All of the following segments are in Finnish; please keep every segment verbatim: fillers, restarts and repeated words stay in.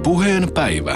Puheen päivä.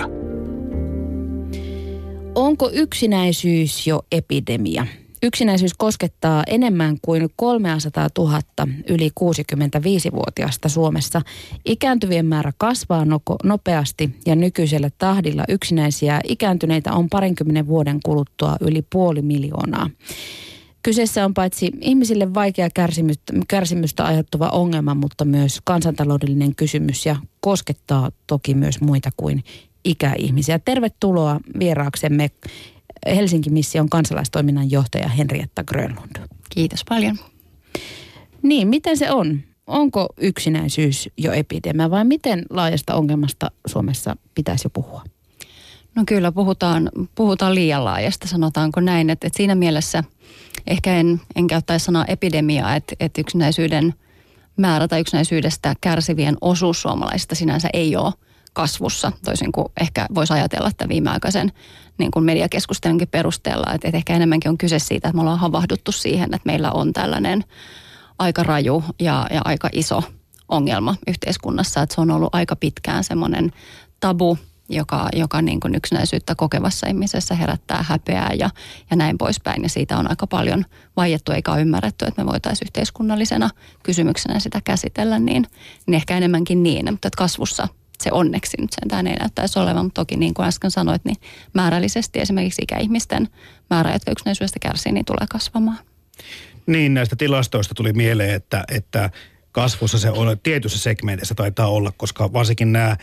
Onko yksinäisyys jo epidemia? Yksinäisyys koskettaa enemmän kuin kolmesataatuhatta yli kuusikymmentäviisivuotiaasta Suomessa. Ikääntyvien määrä kasvaa nopeasti ja nykyisellä tahdilla yksinäisiä ikääntyneitä on parinkymmenen vuoden kuluttua yli puoli miljoonaa. Kyseessä on paitsi ihmisille vaikea kärsimystä, kärsimystä aiheuttava ongelma, mutta myös kansantaloudellinen kysymys ja koskettaa toki myös muita kuin ikäihmisiä. Tervetuloa vieraaksemme Helsinki-mission kansalaistoiminnan johtaja Henrietta Grönlund. Kiitos paljon. Niin, miten se on? Onko yksinäisyys jo epidemia vai miten laajasta ongelmasta Suomessa pitäisi jo puhua? No kyllä, puhutaan, puhutaan liian laajasta, sanotaanko näin. Että, että siinä mielessä ehkä en, en käyttäisi sanaa epidemiaa, että, että yksinäisyyden määrä tai yksinäisyydestä kärsivien osuus suomalaisista sinänsä ei ole kasvussa, toisin kuin ehkä voisi ajatella tämän viimeaikaisen niin kuin mediakeskustelunkin perusteella, että, että ehkä enemmänkin on kyse siitä, että me ollaan havahduttu siihen, että meillä on tällainen aika raju ja, ja aika iso ongelma yhteiskunnassa, että se on ollut aika pitkään semmoinen tabu, joka, joka niin kuin yksinäisyyttä kokevassa ihmisessä herättää häpeää ja, ja näin poispäin. Ja siitä on aika paljon vaiettu eikä ole ymmärretty, että me voitaisiin yhteiskunnallisena kysymyksenä sitä käsitellä, niin, niin ehkä enemmänkin niin, mutta että kasvussa se onneksi nyt sentään ei näyttäisi olevan, mutta toki niin kuin äsken sanoit, niin määrällisesti esimerkiksi ikäihmisten määrä, jotka yksinäisyydestä kärsii, niin tulee kasvamaan. Niin, näistä tilastoista tuli mieleen, että, että kasvussa se on tietyissä segmenteissä taitaa olla, koska varsinkin nämä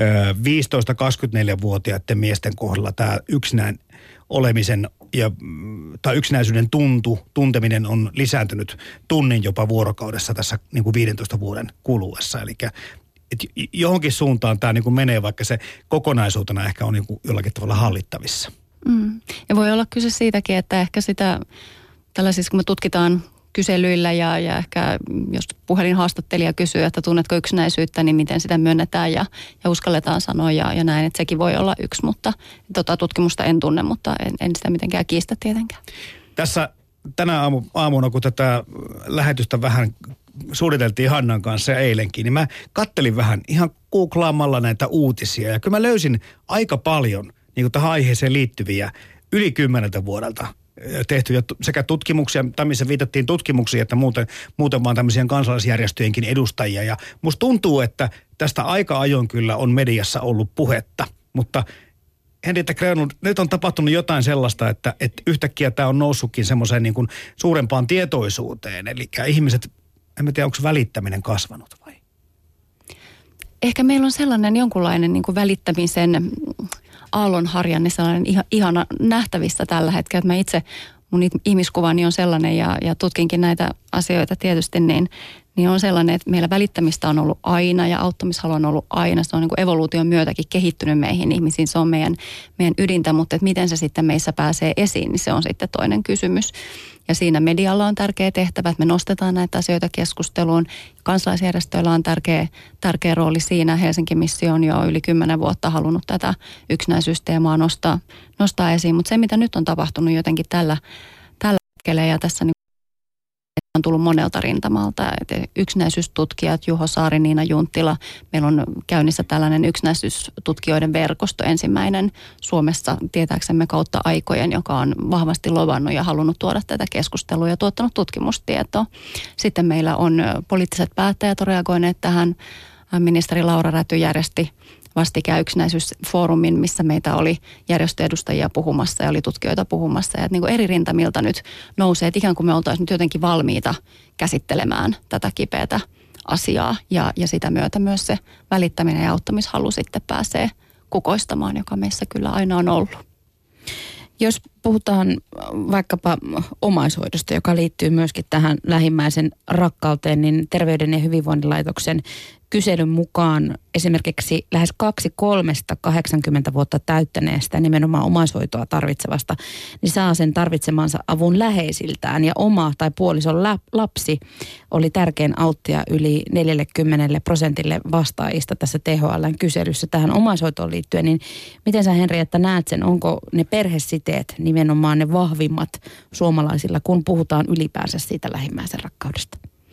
viisitoista-kaksikymmentäneljä-vuotiaiden miesten kohdalla tämä yksinään olemisen ja, tai yksinäisyyden tuntu, tunteminen on lisääntynyt tunnin jopa vuorokaudessa tässä niin kuin viidentoista vuoden kuluessa. Eli että johonkin suuntaan tämä niin kuin menee, vaikka se kokonaisuutena ehkä on niin kuin jollakin tavalla hallittavissa. Mm. Ja voi olla kyse siitäkin, että ehkä sitä tällaisissa, kun me tutkitaan kyselyillä ja, ja ehkä jos puhelinhaastattelija kysyy, että tunnetko yksinäisyyttä, niin miten sitä myönnetään ja, ja uskalletaan sanoa ja, ja näin, että sekin voi olla yksi, mutta tota tutkimusta en tunne, mutta en, en sitä mitenkään kiistä tietenkään. Tässä tänä aamu, aamuna, kun tätä lähetystä vähän suunniteltiin Hannan kanssa ja eilenkin, niin mä kattelin vähän ihan googlaamalla näitä uutisia ja kyllä mä löysin aika paljon niin kuin tähän aiheeseen liittyviä yli kymmeneltä vuodelta tehtyjä sekä tutkimuksia, tai missä viitattiin tutkimuksiin, että muuten, muuten vaan tämmöisiä kansalaisjärjestöjenkin edustajia. Ja musta tuntuu, että tästä aika ajoin kyllä on mediassa ollut puhetta, mutta Henrietta Grönlund, nyt on tapahtunut jotain sellaista, että, että yhtäkkiä tämä on noussutkin semmoiseen niin kuin suurempaan tietoisuuteen. Eli ihmiset, en tiedä, onko välittäminen kasvanut vai? Ehkä meillä on sellainen jonkunlainen niin kuin välittämisen aallonharjan, niin sellainen ihana nähtävissä tällä hetkellä, että mä itse, mun ihmiskuvani on sellainen ja, ja tutkinkin näitä asioita tietysti, niin, niin on sellainen, että meillä välittämistä on ollut aina ja auttamishalu on ollut aina. Se on niin kuin evoluution myötäkin kehittynyt meihin ihmisiin, se on meidän, meidän ydintä, mutta että miten se sitten meissä pääsee esiin, niin se on sitten toinen kysymys. Ja siinä medialla on tärkeä tehtävä, että me nostetaan näitä asioita keskusteluun. Kansalaisjärjestöillä on tärkeä, tärkeä rooli siinä. Helsingin-missio on jo yli kymmenen vuotta halunnut tätä yksinäisyysteemaa nostaa, nostaa esiin. Mutta se, mitä nyt on tapahtunut jotenkin tällä, tällä hetkellä ja tässä niin on tullut monelta rintamalta. Et yksinäisyystutkijat Juho Saari, Niina Junttila. Meillä on käynnissä tällainen yksinäisyystutkijoiden verkosto, ensimmäinen Suomessa tietääksemme kautta aikojen, joka on vahvasti lovannut ja halunnut tuoda tätä keskustelua ja tuottanut tutkimustietoa. Sitten meillä on poliittiset päättäjät on reagoineet tähän. Ministeri Laura Räty järjesti vastikään yksinäisyysfoorumin, missä meitä oli järjestöedustajia puhumassa ja oli tutkijoita puhumassa. Ja niin kuin eri rintamilta nyt nousee, että ikään kuin me oltaisiin nyt jotenkin valmiita käsittelemään tätä kipeätä asiaa. Ja, ja sitä myötä myös se välittäminen ja auttamishalu sitten pääsee kukoistamaan, joka meissä kyllä aina on ollut. Jos puhutaan vaikkapa omaishoidosta, joka liittyy myöskin tähän lähimmäisen rakkauteen, niin Terveyden ja hyvinvoinnin laitoksen kyselyn mukaan esimerkiksi lähes kaksi kolmesta kahdeksankymmentä vuotta täyttäneestä nimenomaan omaishoitoa tarvitsevasta, niin saa sen tarvitsemansa avun läheisiltään. Ja oma tai puolison lapsi oli tärkein auttaja yli neljäkymmentä prosentille vastaajista tässä T H L:n kyselyssä tähän omaishoitoon liittyen. Niin miten sä, Henrietta, näet sen? Onko ne perhesiteet nimenomaan ne vahvimmat suomalaisilla, kun puhutaan ylipäänsä siitä lähimmäisen rakkaudesta?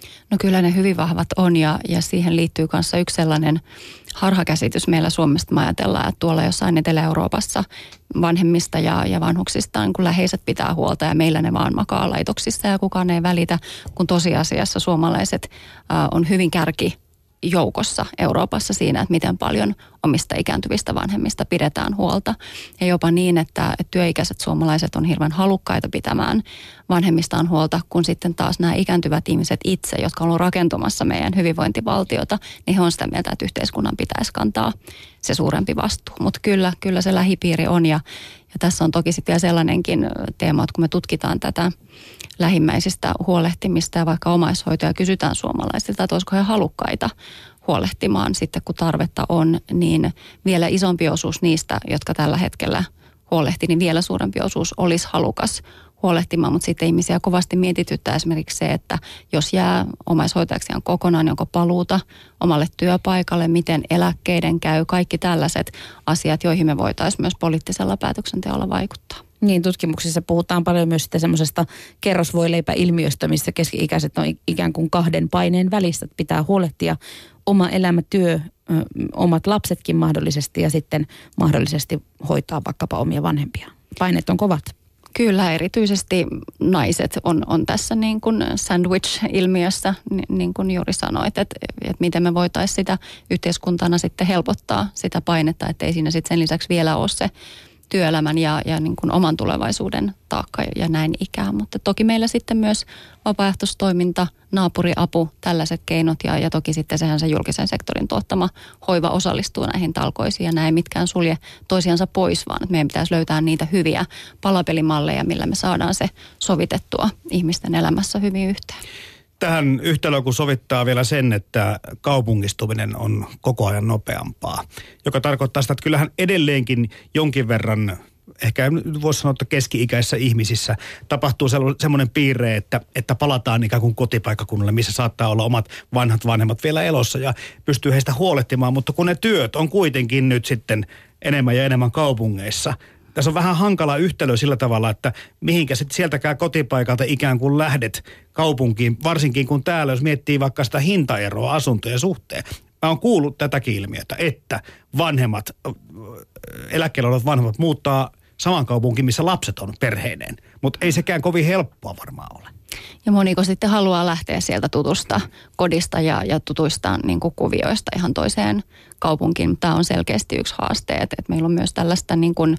No kyllä ne hyvin vahvat on ja, ja siihen liittyy kanssa yksi sellainen harhakäsitys meillä Suomesta. Me ajatellaan, että tuolla jossain Etelä-Euroopassa vanhemmista ja, ja vanhuksista niin kun läheiset pitää huolta ja meillä ne vaan makaa laitoksissa ja kukaan ei välitä, kun tosiasiassa suomalaiset äh, on hyvin kärki joukossa Euroopassa siinä, että miten paljon omista ikääntyvistä vanhemmista pidetään huolta. Ja jopa niin, että, että työikäiset suomalaiset on hirveän halukkaita pitämään vanhemmistaan huolta, kun sitten taas nämä ikääntyvät ihmiset itse, jotka on ollut rakentumassa meidän hyvinvointivaltiota, niin he on sitä mieltä, että yhteiskunnan pitäisi kantaa se suurempi vastuu. Mutta kyllä, kyllä se lähipiiri on ja, ja tässä on toki sitten vielä sellainenkin teema, että kun me tutkitaan tätä lähimmäisistä huolehtimista ja vaikka omaishoitoja kysytään suomalaisilta, että olisiko he halukkaita huolehtimaan sitten, kun tarvetta on, niin vielä isompi osuus niistä, jotka tällä hetkellä huolehtii, niin vielä suurempi osuus olisi halukas huolehtimaan, mutta sitten ihmisiä kovasti mietityttää esimerkiksi se, että jos jää omaishoitajaksi ihan kokonaan, niin onko paluuta omalle työpaikalle, miten eläkkeiden käy, kaikki tällaiset asiat, joihin me voitaisiin myös poliittisella päätöksenteolla vaikuttaa. Niin, tutkimuksissa puhutaan paljon myös sitten semmoisesta kerrosvoileipäilmiöstä, missä keski-ikäiset on ikään kuin kahden paineen välissä. Pitää huolehtia oma elämä, työ, ö, omat lapsetkin mahdollisesti ja sitten mahdollisesti hoitaa vaikkapa omia vanhempia. Paineet on kovat. Kyllä, erityisesti naiset on, on tässä niin kuin sandwich-ilmiössä, niin kuin juuri sanoit, että, että miten me voitaisiin sitä yhteiskuntana sitten helpottaa sitä painetta, että ei siinä sitten sen lisäksi vielä ole se työelämän ja, ja niin kuin oman tulevaisuuden taakka ja näin ikään. Mutta toki meillä sitten myös vapaaehtoistoiminta, naapuriapu, tällaiset keinot ja, ja toki sitten sehän se julkisen sektorin tuottama hoiva osallistuu näihin talkoisiin ja näin ei mitkään sulje toisiansa pois, vaan että meidän pitäisi löytää niitä hyviä palapelimalleja, millä me saadaan se sovitettua ihmisten elämässä hyvin yhteen. Tähän yhtälöön kun sovittaa vielä sen, että kaupungistuminen on koko ajan nopeampaa, joka tarkoittaa sitä, että kyllähän edelleenkin jonkin verran, ehkä nyt voisi sanoa, että keski-ikäisissä ihmisissä tapahtuu semmoinen piirre, että, että palataan ikään kuin kotipaikkakunnalle, missä saattaa olla omat vanhat vanhemmat vielä elossa ja pystyy heistä huolehtimaan, mutta kun ne työt on kuitenkin nyt sitten enemmän ja enemmän kaupungeissa, tässä on vähän hankala yhtälö sillä tavalla, että mihinkä sitten sieltäkään kotipaikalta ikään kuin lähdet kaupunkiin, varsinkin kun täällä, jos miettii vaikka sitä hintaeroa asuntojen suhteen. Mä oon kuullut tätäkin ilmiötä, että vanhemmat, eläkkeellä olevat vanhemmat muuttaa saman kaupunkiin, missä lapset on perheineen, mutta ei sekään kovin helppoa varmaan ole. Ja moniko sitten haluaa lähteä sieltä tutusta kodista ja, ja tutuista niin kuin kuvioista ihan toiseen kaupunkiin. Tämä on selkeästi yksi haaste, että, että meillä on myös tällaista niin kuin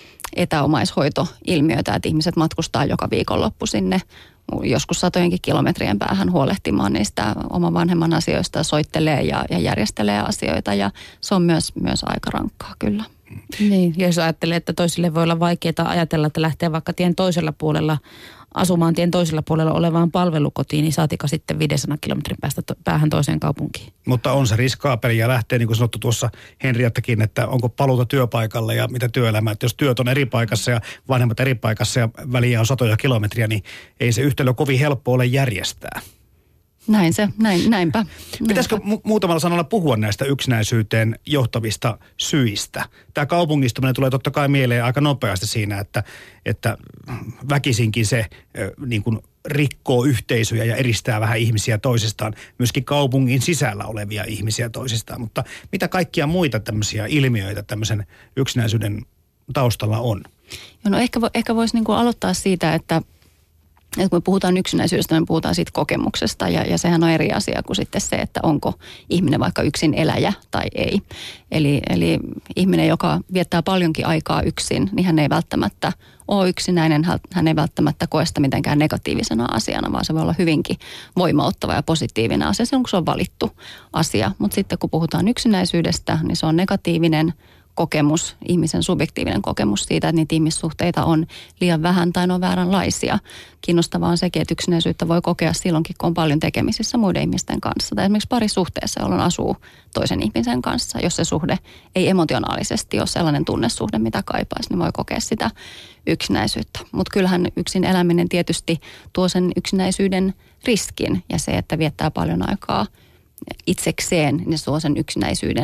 etäomaishoitoilmiötä, että ihmiset matkustaa joka viikonloppu sinne joskus satojenkin kilometrien päähän huolehtimaan niistä oman vanhemman asioista, soittelee ja, ja järjestelee asioita ja se on myös, myös aika rankkaa kyllä. Niin, jos ajattelee, että toisille voi olla vaikeaa ajatella, että lähtee vaikka tien toisella puolella asumaan tien toisella puolella olevaan palvelukotiin, niin saatika sitten viisisataa kilometrin päästä to- päähän toiseen kaupunkiin. Mutta on se riskaapeli ja lähtee, niin kuin sanottu tuossa Henriettäkin, että onko paluuta työpaikalle ja mitä työelämää. Että jos työt on eri paikassa ja vanhemmat eri paikassa ja väliä on satoja kilometriä, niin ei se yhtälö kovin helppo ole järjestää. Näin se, näin, näinpä. Pitäisikö mu- muutamalla sanalla puhua näistä yksinäisyyteen johtavista syistä? Tämä kaupungistuminen tulee totta kai mieleen aika nopeasti siinä, että, että väkisinkin se niin kuin rikkoo yhteisöjä ja eristää vähän ihmisiä toisistaan, myöskin kaupungin sisällä olevia ihmisiä toisistaan. Mutta mitä kaikkia muita tämmöisiä ilmiöitä tämmöisen yksinäisyyden taustalla on? No ehkä, ehkä voisi niin kuin aloittaa siitä, että että kun me puhutaan yksinäisyydestä, me puhutaan siitä kokemuksesta ja, ja sehän on eri asia kuin sitten se, että onko ihminen vaikka yksin eläjä tai ei. Eli, eli ihminen, joka viettää paljonkin aikaa yksin, niin hän ei välttämättä ole yksinäinen, hän ei välttämättä koe sitä mitenkään negatiivisena asiana, vaan se voi olla hyvinkin voimauttava ja positiivinen asia, se on kun se on valittu asia. Mutta sitten kun puhutaan yksinäisyydestä, niin se on negatiivinen kokemus, ihmisen subjektiivinen kokemus siitä, että niitä ihmissuhteita on liian vähän tai ne on vääränlaisia. Kiinnostavaa on sekin, että yksinäisyyttä voi kokea silloinkin, kun on paljon tekemisissä muiden ihmisten kanssa. Tai esimerkiksi parisuhteessa, jolloin asuu toisen ihmisen kanssa. Jos se suhde ei emotionaalisesti ole sellainen tunnesuhde, mitä kaipaisi, niin voi kokea sitä yksinäisyyttä. Mutta kyllähän yksin eläminen tietysti tuo sen yksinäisyyden riskin ja se, että viettää paljon aikaa itsekseen, niin se tuo sen yksinäisyyden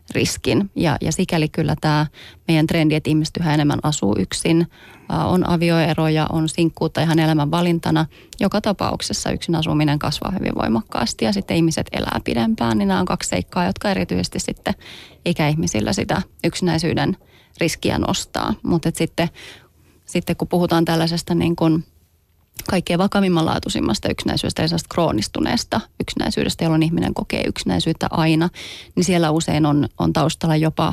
riskin. Ja, ja sikäli kyllä tämä meidän trendi, että ihmiset yhä enemmän asuu yksin, on avioeroja, on sinkkuutta ihan elämän valintana. Joka tapauksessa yksin asuminen kasvaa hyvin voimakkaasti ja sitten ihmiset elää pidempään, niin nämä on kaksi seikkaa, jotka erityisesti sitten ikäihmisillä sitä yksinäisyyden riskiä nostaa. Mutta sitten, sitten kun puhutaan tällaisesta niin kuin kaikkein vakavimmanlaatuisimmasta yksinäisyydestä ja sellaista kroonistuneesta yksinäisyydestä, jolloin ihminen kokee yksinäisyyttä aina, niin siellä usein on, on taustalla jopa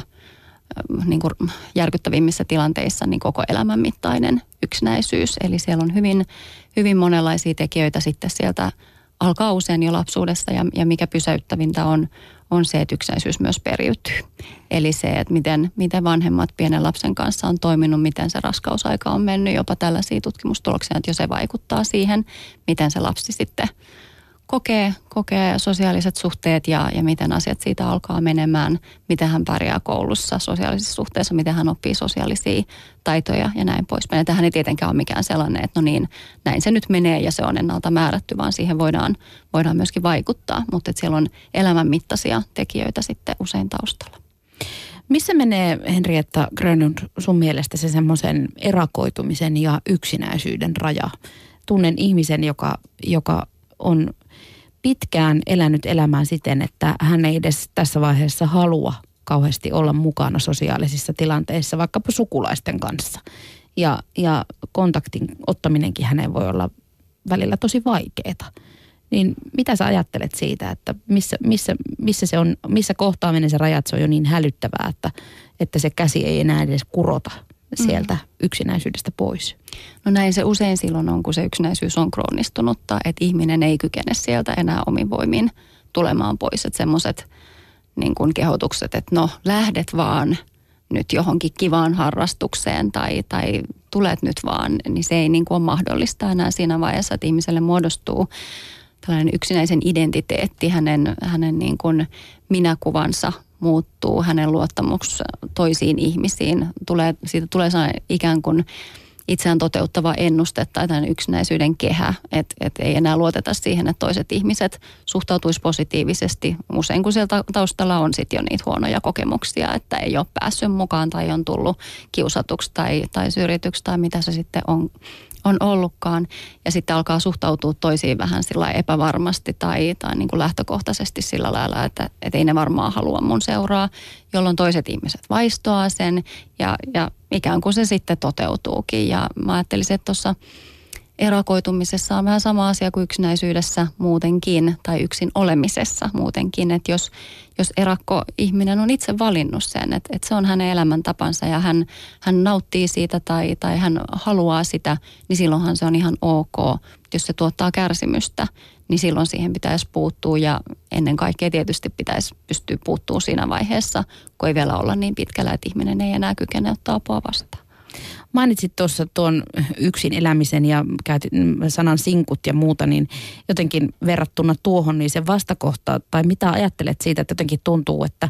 niin kuin järkyttävimmissä tilanteissa niin koko elämän mittainen yksinäisyys. Eli siellä on hyvin, hyvin monenlaisia tekijöitä sitten sieltä alkaa usein jo lapsuudessa ja, ja mikä pysäyttävintä on, on se, että yksinäisyys myös periytyy. Eli se, että miten, miten vanhemmat pienen lapsen kanssa on toiminut, miten se raskausaika on mennyt, jopa tällaisia tutkimustuloksia, että jo se vaikuttaa siihen, miten se lapsi sitten kokee, kokee sosiaaliset suhteet ja, ja miten asiat siitä alkaa menemään, miten hän pärjää koulussa sosiaalisissa suhteissa, miten hän oppii sosiaalisia taitoja ja näin poispäin. Ja tämähän ei tietenkään ole mikään sellainen, että no niin, näin se nyt menee ja se on ennalta määrätty, vaan siihen voidaan, voidaan myöskin vaikuttaa, mutta että siellä on elämänmittaisia tekijöitä sitten usein taustalla. Missä menee, Henrietta Grönlund, sun mielestä se semmoisen erakoitumisen ja yksinäisyyden raja? Tunnen ihmisen, joka, joka on pitkään elänyt elämään siten, että hän ei edes tässä vaiheessa halua kauheasti olla mukana sosiaalisissa tilanteissa, vaikkapa sukulaisten kanssa. Ja, ja kontaktin ottaminenkin häneen voi olla välillä tosi vaikeaa. Niin mitä sä ajattelet siitä, että missä, missä, missä, se on, missä kohtaa menee se rajat, se on jo niin hälyttävää, että, että se käsi ei enää edes kurota sieltä mm. yksinäisyydestä pois? No näin se usein silloin on, kun se yksinäisyys on kroonistunutta, että ihminen ei kykene sieltä enää omin voimin tulemaan pois. Että semmoiset niin kuin kehotukset, että no lähdet vaan nyt johonkin kivaan harrastukseen tai, tai tulet nyt vaan, niin se ei niin kuin ole mahdollista enää siinä vaiheessa, että ihmiselle muodostuu tällainen yksinäisen identiteetti, hänen, hänen niin kuin minäkuvansa muuttuu, hänen luottamus toisiin ihmisiin, tulee, siitä tulee sellainen ikään kuin itseään toteuttava ennuste tai tämän yksinäisyyden kehä, että et ei enää luoteta siihen, että toiset ihmiset suhtautuisi positiivisesti. Usein kun sieltä taustalla on sitten jo niitä huonoja kokemuksia, että ei ole päässyt mukaan tai on tullut kiusatuksi tai, tai syrjityksi tai mitä se sitten on, on ollutkaan. Ja sitten alkaa suhtautua toisiin vähän sillä epävarmasti tai, tai niin kuin lähtökohtaisesti sillä lailla, että, että ei ne varmaan halua mun seuraa, jolloin toiset ihmiset vaistoaa sen ja, ja ikään kuin se sitten toteutuukin. Ja mä ajattelisin, että tuossa erakoitumisessa on vähän sama asia kuin yksinäisyydessä muutenkin tai yksin olemisessa muutenkin, että jos, jos erakko-ihminen on itse valinnut sen, että, että se on hänen elämäntapansa ja hän, hän nauttii siitä tai, tai hän haluaa sitä, niin silloinhan se on ihan ok. Jos se tuottaa kärsimystä, niin silloin siihen pitäisi puuttua ja ennen kaikkea tietysti pitäisi pystyä puuttumaan siinä vaiheessa, kun ei vielä olla niin pitkällä, että ihminen ei enää kykene ottaa apua vastaan. Mainitsit tuossa tuon yksin elämisen ja käytit sanan sinkut ja muuta, niin jotenkin verrattuna tuohon, niin se vastakohta, tai mitä ajattelet siitä, että jotenkin tuntuu, että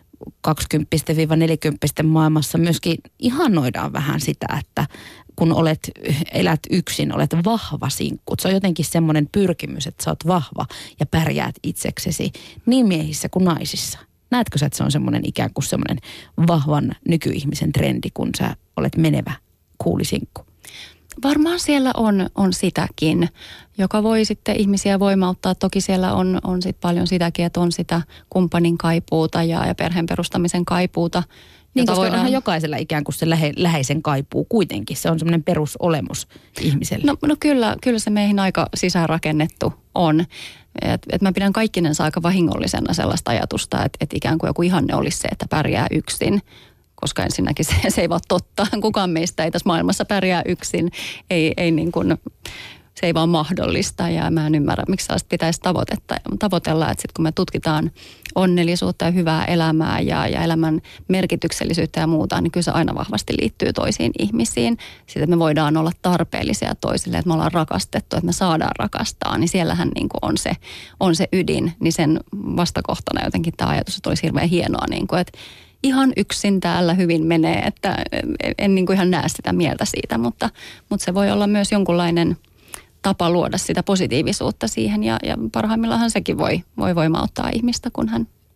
kaksikymmentä-neljäkymmentä maailmassa myöskin ihannoidaan vähän sitä, että kun olet, elät yksin, olet vahva sinkku. Se on jotenkin semmoinen pyrkimys, että sä oot vahva ja pärjäät itseksesi niin miehissä kuin naisissa. Näetkö sä, että se on semmoinen ikään kuin semmoinen vahvan nykyihmisen trendi, kun sä olet menevä kuulisinkku? Varmaan siellä on, on sitäkin, joka voi sitten ihmisiä voimauttaa. Toki siellä on, on sit paljon sitäkin, että on sitä kumppanin kaipuuta ja, ja perheen perustamisen kaipuuta. Niin, koska voidaan... onhan jokaisella ikään kuin se lähe, läheisen kaipuu kuitenkin. Se on semmoinen perusolemus ihmiselle. No, no kyllä, kyllä se meihin aika sisäänrakennettu on. Et, et mä pidän kaikkinensa aika vahingollisena sellaista ajatusta, että et ikään kuin joku ihanne olisi se, että pärjää yksin. Koska ensinnäkin se, se ei vaan totta. Kukaan meistä ei tässä maailmassa pärjää yksin. Ei, ei niin kuin, se ei vaan mahdollista ja mä en ymmärrä, miksi sellaista pitäisi tavoitella. Että sitten kun me tutkitaan onnellisuutta ja hyvää elämää ja, ja elämän merkityksellisyyttä ja muuta, niin kyllä se aina vahvasti liittyy toisiin ihmisiin. Sitten, että me voidaan olla tarpeellisia toisille, että me ollaan rakastettu, että me saadaan rakastaa, niin siellähän niin kuin on, se, on se ydin. Niin sen vastakohtana jotenkin tämä ajatus, että olisi hirveän hienoa, niin kuin, että ihan yksin täällä hyvin menee, että en, en niin kuin ihan näe sitä mieltä siitä, mutta, mutta se voi olla myös jonkunlainen tapa luoda sitä positiivisuutta siihen ja, ja parhaimmillaan sekin voi, voi voimauttaa ihmistä, kun hän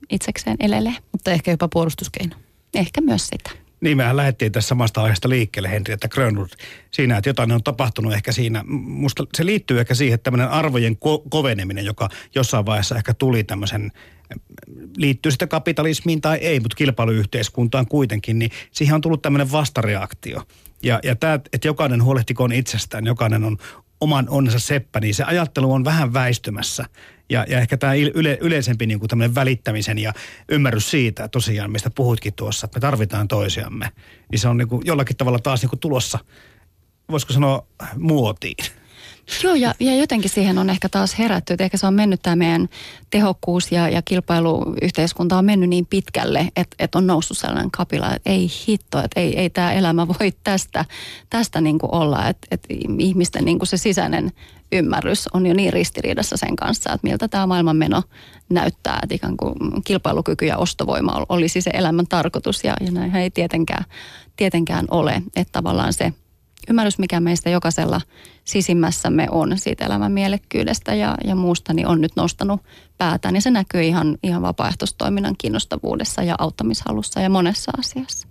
itsekseen elelee. Mutta ehkä jopa puolustuskeino. Ehkä myös sitä. Niin, mehän lähdettiin tässä samasta aiheesta liikkeelle, Henrietta Grönlund, siinä, että jotain on tapahtunut ehkä siinä. Musta se liittyy ehkä siihen, että tämmöinen arvojen ko- koveneminen, joka jossain vaiheessa ehkä tuli tämmöisen, liittyy sitten kapitalismiin tai ei, mutta kilpailuyhteiskuntaan kuitenkin, niin siihen on tullut tämmöinen vastareaktio. Ja, ja tämä, että jokainen huolehtikoon itsestään, jokainen on oman onnensa seppä, niin se ajattelu on vähän väistymässä. Ja, ja ehkä tämä yle, yleisempi niin kuin tämmöinen välittämisen ja ymmärrys siitä tosiaan, mistä puhuitkin tuossa, että me tarvitaan toisiamme, niin se on niin kuin jollakin tavalla taas niin kuin tulossa, voisiko sanoa, muotiin. Joo, ja, ja jotenkin siihen on ehkä taas herätty, että ehkä se on mennyt tämä meidän tehokkuus ja, ja kilpailuyhteiskunta on mennyt niin pitkälle, että, että on noussut sellainen kapila, että ei hitto, että ei, ei tämä elämä voi tästä, tästä niin kuin olla, että, että ihmisten niin kuin se sisäinen ymmärrys on jo niin ristiriidassa sen kanssa, että miltä tämä maailmanmeno näyttää, että ikään kuin kilpailukyky ja ostovoima olisi se elämän tarkoitus ja, ja näinhän ei tietenkään, tietenkään ole, että tavallaan se ymmärrys, mikä meistä jokaisella sisimmässämme on siitä elämän mielekkyydestä ja, ja muusta, niin on nyt nostanut päätään. Ja se näkyy ihan, ihan vapaaehtoistoiminnan kiinnostavuudessa ja auttamishalussa ja monessa asiassa.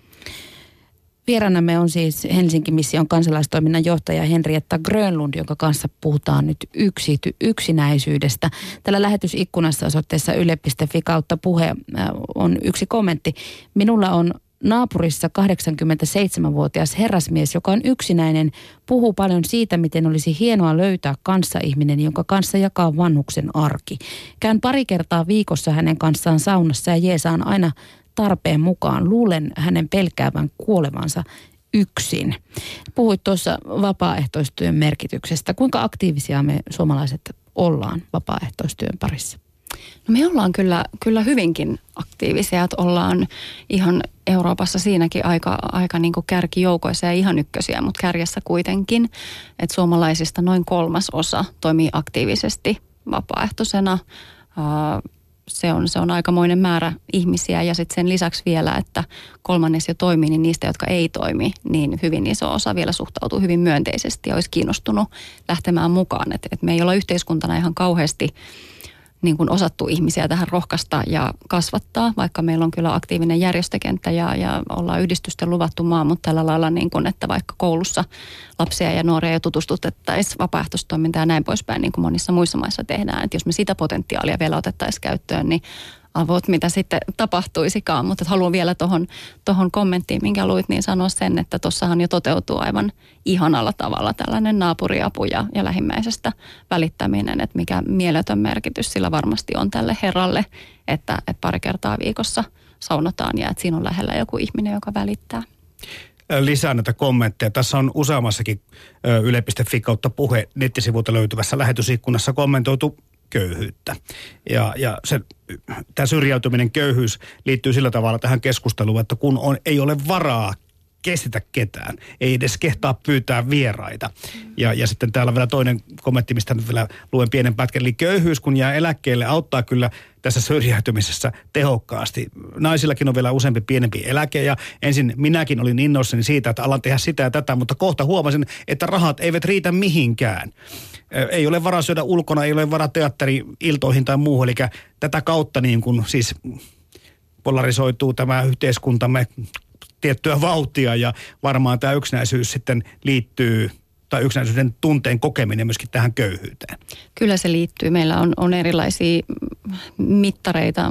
Vieraanamme on siis Helsingin mission kansalaistoiminnan johtaja Henrietta Grönlund, jonka kanssa puhutaan nyt yksity, yksinäisyydestä. Tällä lähetysikkunassa osoitteessa yle piste fi kautta puhe on yksi kommentti. Minulla on naapurissa kahdeksankymmentäseitsemänvuotias herrasmies, joka on yksinäinen, puhuu paljon siitä, miten olisi hienoa löytää kanssaihminen, jonka kanssa jakaa vanhuksen arki. Käyn pari kertaa viikossa hänen kanssaan saunassa ja jeesaan aina tarpeen mukaan. Luulen hänen pelkäävän kuolevansa yksin. Puhuit tuossa vapaaehtoistyön merkityksestä. Kuinka aktiivisia me suomalaiset ollaan vapaaehtoistyön parissa? No me ollaan kyllä, kyllä hyvinkin aktiivisia, että ollaan ihan Euroopassa siinäkin aika, aika niin kuin kärkijoukoissa ja ihan ykkösiä, mutta kärjessä kuitenkin, että suomalaisista noin kolmas osa toimii aktiivisesti vapaaehtoisena. Se on, se on aikamoinen määrä ihmisiä ja sitten sen lisäksi vielä, että kolmannes jo toimii, niin niistä, jotka ei toimi, niin hyvin iso osa vielä suhtautuu hyvin myönteisesti ja olisi kiinnostunut lähtemään mukaan. Että et me ei olla yhteiskuntana ihan kauheasti niin kuin osattu ihmisiä tähän rohkaista ja kasvattaa, vaikka meillä on kyllä aktiivinen järjestökenttä ja, ja ollaan yhdistysten luvattu maa, mutta tällä lailla niin kuin, että vaikka koulussa lapsia ja nuoria jo tutustutettaisiin vapaaehtoistoimintaan ja näin poispäin, niin kuin monissa muissa maissa tehdään. Että jos me sitä potentiaalia vielä otettaisiin käyttöön, niin avot, mitä sitten tapahtuisikaan. Mutta haluan vielä tuohon tohon kommenttiin, minkä luit, niin sanoa sen, että tuossahan jo toteutuu aivan ihanalla tavalla tällainen naapuriapu ja, ja lähimmäisestä välittäminen, että mikä mieletön merkitys sillä varmasti on tälle herralle, että, että pari kertaa viikossa saunotaan ja että siinä on lähellä joku ihminen, joka välittää. Lisää näitä kommentteja. Tässä on useammassakin yle piste fi kautta puhe nettisivuilta löytyvässä lähetysikkunassa kommentoitu köyhyyttä. Ja, ja se, tämä syrjäytyminen, köyhyys liittyy sillä tavalla tähän keskusteluun, että kun on, ei ole varaa kestetä ketään, ei edes kehtaa pyytää vieraita. Ja, ja sitten täällä vielä toinen kommentti, mistä nyt vielä luen pienen pätkän, eli köyhyys, kun jää eläkkeelle, auttaa kyllä tässä syrjäytymisessä tehokkaasti. Naisillakin on vielä useampi pienempi eläke ja ensin minäkin olin innoissani siitä, että alan tehdä sitä ja tätä, mutta kohta huomasin, että rahat eivät riitä mihinkään. Ei ole varaa syödä ulkona, ei ole varaa teatteri-iltoihin tai muuhun, eli tätä kautta niin kuin siis polarisoituu tämä yhteiskuntamme tiettyä vauhtia ja varmaan tämä yksinäisyys sitten liittyy, tai yksinäisyyden tunteen kokeminen myöskin tähän köyhyyteen. Kyllä se liittyy. Meillä on, on erilaisia mittareita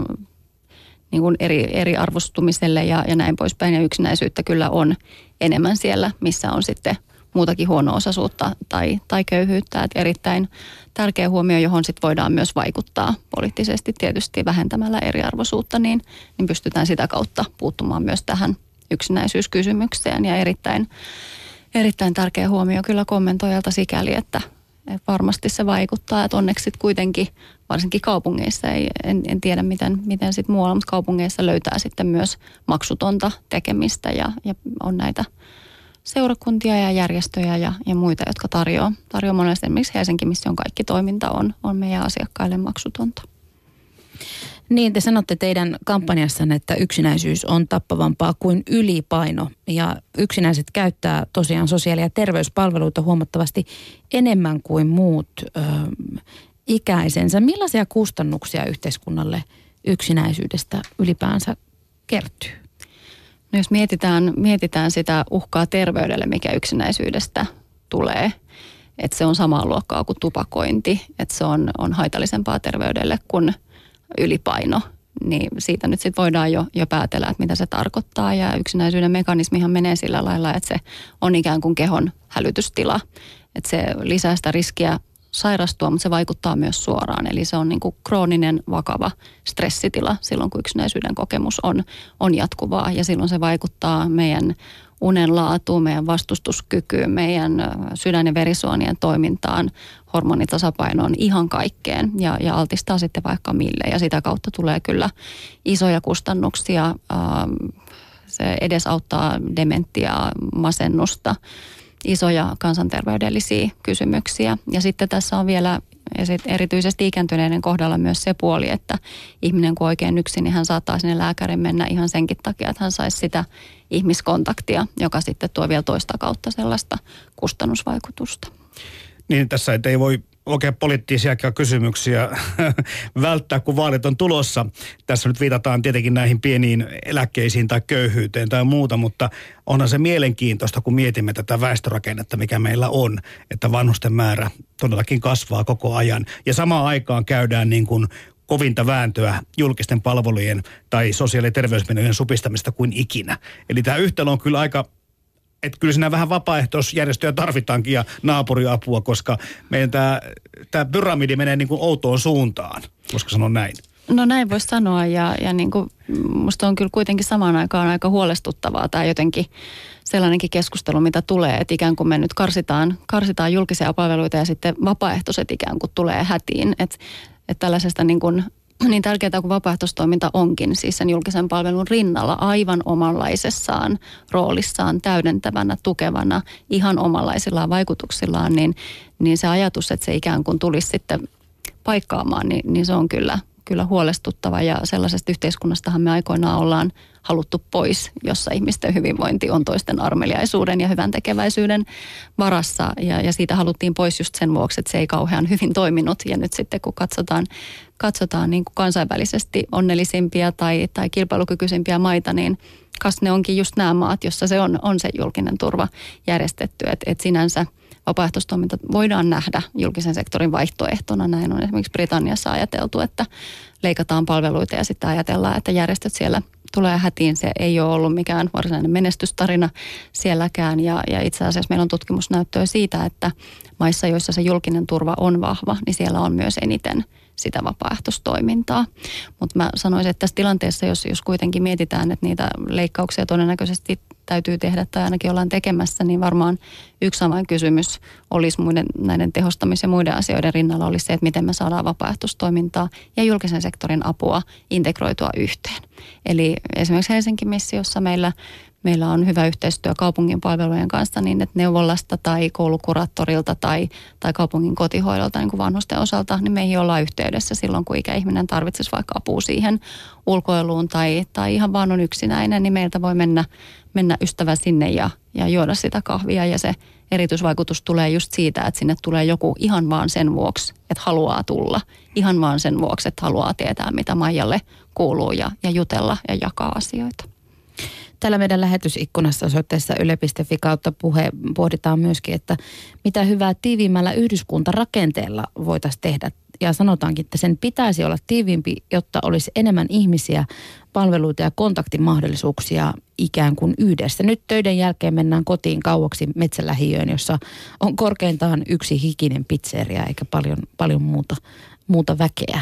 niin kuin eri, eri arvostumiselle ja, ja näin poispäin. Ja yksinäisyyttä kyllä on enemmän siellä, missä on sitten muutakin huono-osaisuutta tai, tai köyhyyttä. Et erittäin tärkeä huomio, johon sit voidaan myös vaikuttaa poliittisesti tietysti vähentämällä eriarvoisuutta, niin, niin pystytään sitä kautta puuttumaan myös tähän yksinäisyyskysymykseen. Ja erittäin, erittäin tärkeä huomio kyllä kommentoijalta sikäli, että, että varmasti se vaikuttaa. Että onneksi sit kuitenkin, varsinkin kaupungeissa, ei, en, en tiedä miten, miten sit muualla, mutta kaupungeissa löytää sitten myös maksutonta tekemistä ja, ja on näitä seurakuntia ja järjestöjä ja, ja muita, jotka tarjoaa, tarjoaa monesti. Esimerkiksi Helsinki Mission kaikki toiminta on, on meidän asiakkaille maksutonta. Niin, te sanotte teidän kampanjassanne, että yksinäisyys on tappavampaa kuin ylipaino. Ja yksinäiset käyttää tosiaan sosiaali- ja terveyspalveluita huomattavasti enemmän kuin muut ö, ikäisensä. Millaisia kustannuksia yhteiskunnalle yksinäisyydestä ylipäänsä kertyy? No jos mietitään, mietitään sitä uhkaa terveydelle, mikä yksinäisyydestä tulee, että se on samaa luokkaa kuin tupakointi, että se on, on haitallisempaa terveydelle kuin ylipaino, niin siitä nyt sitten voidaan jo, jo päätellä, että mitä se tarkoittaa. Ja yksinäisyyden mekanismihan menee sillä lailla, että se on ikään kuin kehon hälytystila, että se lisää sitä riskiä sairastua, mutta se vaikuttaa myös suoraan. Eli se on niin kuin krooninen, vakava stressitila silloin, kun yksinäisyyden kokemus on, on jatkuvaa. Ja silloin se vaikuttaa meidän unen laatuun, meidän vastustuskykyyn, meidän sydän- ja verisuonien toimintaan, hormonitasapainoon, ihan kaikkeen. Ja, ja altistaa sitten vaikka mille. Ja sitä kautta tulee kyllä isoja kustannuksia. Se edesauttaa dementiaa, masennusta, isoja kansanterveydellisiä kysymyksiä. Ja sitten tässä on vielä erityisesti ikääntyneiden kohdalla myös se puoli, että ihminen kun oikein yksin, niin hän saattaa sinne lääkärin mennä ihan senkin takia, että hän saisi sitä ihmiskontaktia, joka sitten tuo vielä toista kautta sellaista kustannusvaikutusta. Niin tässä ei voi oikein poliittisia kysymyksiä välttää, kun vaalit on tulossa. Tässä nyt viitataan tietenkin näihin pieniin eläkkeisiin tai köyhyyteen tai muuta, mutta onhan se mielenkiintoista, kun mietimme tätä väestörakennetta, mikä meillä on, että vanhusten määrä todellakin kasvaa koko ajan. Ja samaan aikaan käydään niin kuin kovinta vääntöä julkisten palvelujen tai sosiaali- ja terveysmenojen supistamista kuin ikinä. Eli tämä yhtälö on kyllä aika... Että kyllä siinä vähän vapaaehtoisjärjestöjä tarvitaankin ja naapuriapua, koska meidän tämä, tämä pyramidi menee niin kuin outoon suuntaan, koska sanon näin. No näin voisi sanoa ja, ja niin kuin musta on kyllä kuitenkin samaan aikaan aika huolestuttavaa tai jotenkin sellainenkin keskustelu, mitä tulee, että ikään kuin me nyt karsitaan, karsitaan julkisia palveluita ja sitten vapaaehtoiset ikään kuin tulee hätiin, että, että tällaisesta niin kuin niin tärkeää kuin vapaaehtoistoiminta onkin, siis sen julkisen palvelun rinnalla aivan omanlaisessaan roolissaan, täydentävänä, tukevana, ihan omanlaisillaan vaikutuksillaan, niin, niin se ajatus, että se ikään kuin tulisi sitten paikkaamaan, niin, niin se on kyllä, kyllä huolestuttava. Ja sellaisesta yhteiskunnastahan me aikoinaan ollaan haluttu pois, jossa ihmisten hyvinvointi on toisten armeliaisuuden ja hyvän tekeväisyyden varassa. Ja, ja siitä haluttiin pois just sen vuoksi, että se ei kauhean hyvin toiminut. Ja nyt sitten kun katsotaan, katsotaan niin kuin kansainvälisesti onnellisimpia tai, tai kilpailukykyisimpiä maita, niin kas ne onkin just nämä maat, jossa se on, on se julkinen turva järjestetty. Että et sinänsä vapaaehtoistoiminta voidaan nähdä julkisen sektorin vaihtoehtona. Näin on esimerkiksi Britanniassa ajateltu, että leikataan palveluita ja sitten ajatellaan, että järjestöt siellä tulee hätiin. Se ei ole ollut mikään varsinainen menestystarina sielläkään ja, ja itse asiassa meillä on tutkimusnäyttöä siitä, että maissa, joissa se julkinen turva on vahva, niin siellä on myös eniten sitä vapaaehtoistoimintaa. Mutta mä sanoisin, että tässä tilanteessa, jos, jos kuitenkin mietitään, että niitä leikkauksia todennäköisesti täytyy tehdä tai ainakin ollaan tekemässä, niin varmaan yksi saman kysymys olisi muiden, näiden tehostamis- ja muiden asioiden rinnalla olisi se, että miten me saadaan vapaaehtoistoimintaa ja julkisen sektorin apua integroitua yhteen. Eli esimerkiksi Helsingin missiossa meillä Meillä on hyvä yhteistyö kaupungin palvelujen kanssa niin, että neuvolasta tai koulukuraattorilta tai, tai kaupungin kotihoidolta niin kuin vanhusten osalta, niin meihin ollaan yhteydessä silloin, kun ikäihminen tarvitsisi vaikka apua siihen ulkoiluun tai, tai ihan vaan on yksinäinen, niin meiltä voi mennä, mennä ystävä sinne ja, ja juoda sitä kahvia ja se erityisvaikutus tulee just siitä, että sinne tulee joku ihan vaan sen vuoksi, että haluaa tulla. Ihan vaan sen vuoksi, että haluaa tietää, mitä Maijalle kuuluu ja, ja jutella ja jakaa asioita. Täällä meidän lähetysikkunassa osoitteessa yle piste fi kautta puhe pohditaan myöskin, että mitä hyvää tiiviimmällä yhdyskuntarakenteella voitaisiin tehdä. Ja sanotaankin, että sen pitäisi olla tiiviimpi, jotta olisi enemmän ihmisiä, palveluita ja kontaktimahdollisuuksia ikään kuin yhdessä. Nyt töiden jälkeen mennään kotiin kauaksi metsälähiöön, jossa on korkeintaan yksi hikinen pizzeria eikä paljon, paljon muuta, muuta väkeä.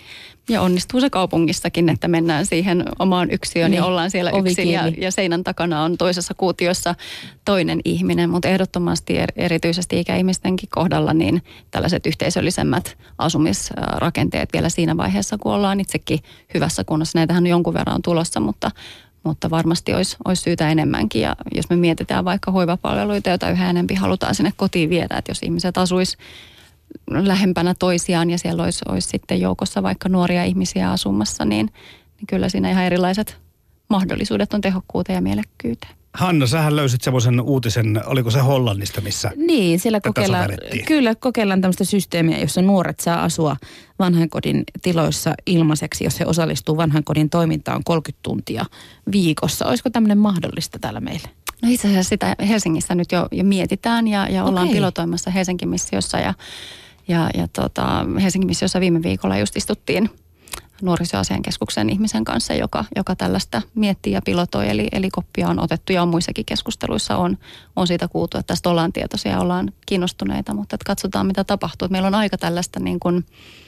Ja onnistuu se kaupungissakin, että mennään siihen omaan yksiöön niin, ja ollaan siellä yksin ja, ja seinän takana on toisessa kuutiossa toinen ihminen. Mutta ehdottomasti erityisesti ikäihmistenkin kohdalla niin tällaiset yhteisöllisemmät asumisrakenteet vielä siinä vaiheessa, kun ollaan itsekin hyvässä kunnossa. Näitähän jonkun verran on tulossa, mutta, mutta varmasti olisi, olisi syytä enemmänkin. Ja jos me mietitään vaikka hoivapalveluita, joita yhä enemmän halutaan sinne kotiin viedä, että jos ihmiset asuisi lähempänä toisiaan ja siellä olisi, olisi sitten joukossa vaikka nuoria ihmisiä asumassa, niin, niin kyllä siinä ihan erilaiset mahdollisuudet on tehokkuuteen ja mielekkyyteen. Hanna, sähän löysit semmoisen uutisen, oliko se Hollannista, missä Niin, siellä tätä kokeillaan, sovellettiin? kyllä kokeillaan tämmöistä systeemiä, jossa nuoret saa asua vanhainkodin tiloissa ilmaiseksi, jos he osallistuu vanhainkodin toimintaan kolmekymmentä tuntia viikossa. Olisiko tämmöinen mahdollista täällä meillä? No itse asiassa sitä Helsingissä nyt jo, jo mietitään ja, ja ollaan Okei. pilotoimassa Helsingin missiossa ja, ja, ja tota, Helsingin missiossa viime viikolla just istuttiin nuorisoasiankeskuksen ihmisen kanssa, joka, joka tällaista miettii ja pilotoi. Eli, eli koppia on otettu ja on muissakin keskusteluissa on, on siitä kuultu, että tästä ollaan tietoisia ja ollaan kiinnostuneita, mutta että katsotaan mitä tapahtuu. Meillä on aika tällaista niin kuin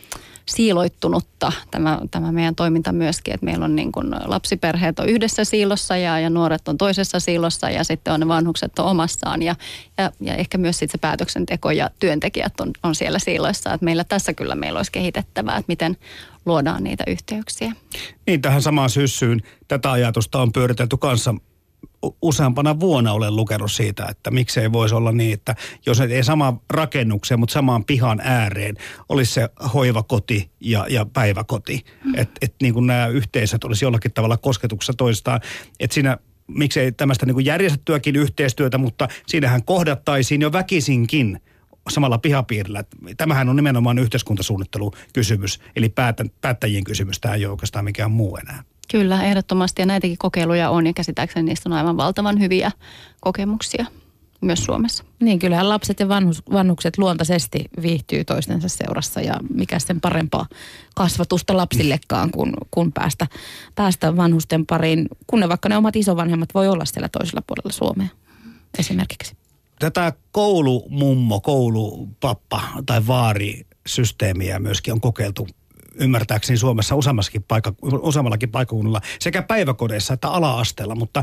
siiloittunutta tämä, tämä meidän toiminta myöskin, että meillä on niin kuin lapsiperheet on yhdessä siilossa ja, ja nuoret on toisessa siilossa ja sitten on ne vanhukset on omassaan ja, ja, ja ehkä myös sitten se päätöksenteko ja työntekijät on, on siellä siiloissa, että meillä tässä kyllä meillä olisi kehitettävää, että miten luodaan niitä yhteyksiä. Niin, tähän samaan syssyyn tätä ajatusta on pyöritelty kanssa useampana vuonna. Olen lukenut siitä, että miksei voisi olla niin, että jos ei samaan rakennukseen, mutta samaan pihan ääreen olisi se hoivakoti ja, ja päiväkoti. Mm. Että et niin kuin nämä yhteisöt olisi jollakin tavalla kosketuksessa toistaan. Että siinä miksei tämmöistä niin kuin järjestettyäkin yhteistyötä, mutta siinähän kohdattaisiin jo väkisinkin samalla pihapiirillä. Tämähän on nimenomaan yhteiskuntasuunnittelukysymys, eli päättä, päättäjien kysymys. Tämä ei ole oikeastaan mikään muu enää. Kyllä, ehdottomasti ja näitäkin kokeiluja on ja käsittääkseni niistä on aivan valtavan hyviä kokemuksia myös Suomessa. Niin, kyllähän lapset ja vanhus, vanhukset luontaisesti viihtyy toistensa seurassa ja mikä sen parempaa kasvatusta lapsillekaan kuin, kuin päästä, päästä vanhusten pariin, kun ne vaikka ne omat isovanhemmat voi olla siellä toisella puolella Suomea esimerkiksi. Tätä koulumummo, koulupappa tai vaari-systeemiä myöskin on kokeiltu ymmärtääkseni Suomessa useammassakin paikka, useammallakin paikkakunnalla sekä päiväkodeissa että ala-asteella, mutta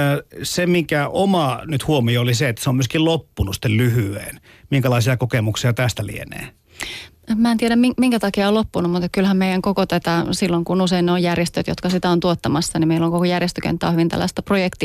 se mikä oma nyt huomio oli se, että se on myöskin loppunut sitten lyhyeen. Minkälaisia kokemuksia tästä lienee? Mä en tiedä minkä takia on loppunut, mutta kyllähän meidän koko tätä, silloin kun usein on järjestöt, jotka sitä on tuottamassa, niin meillä on koko järjestökenttä hyvin tällaista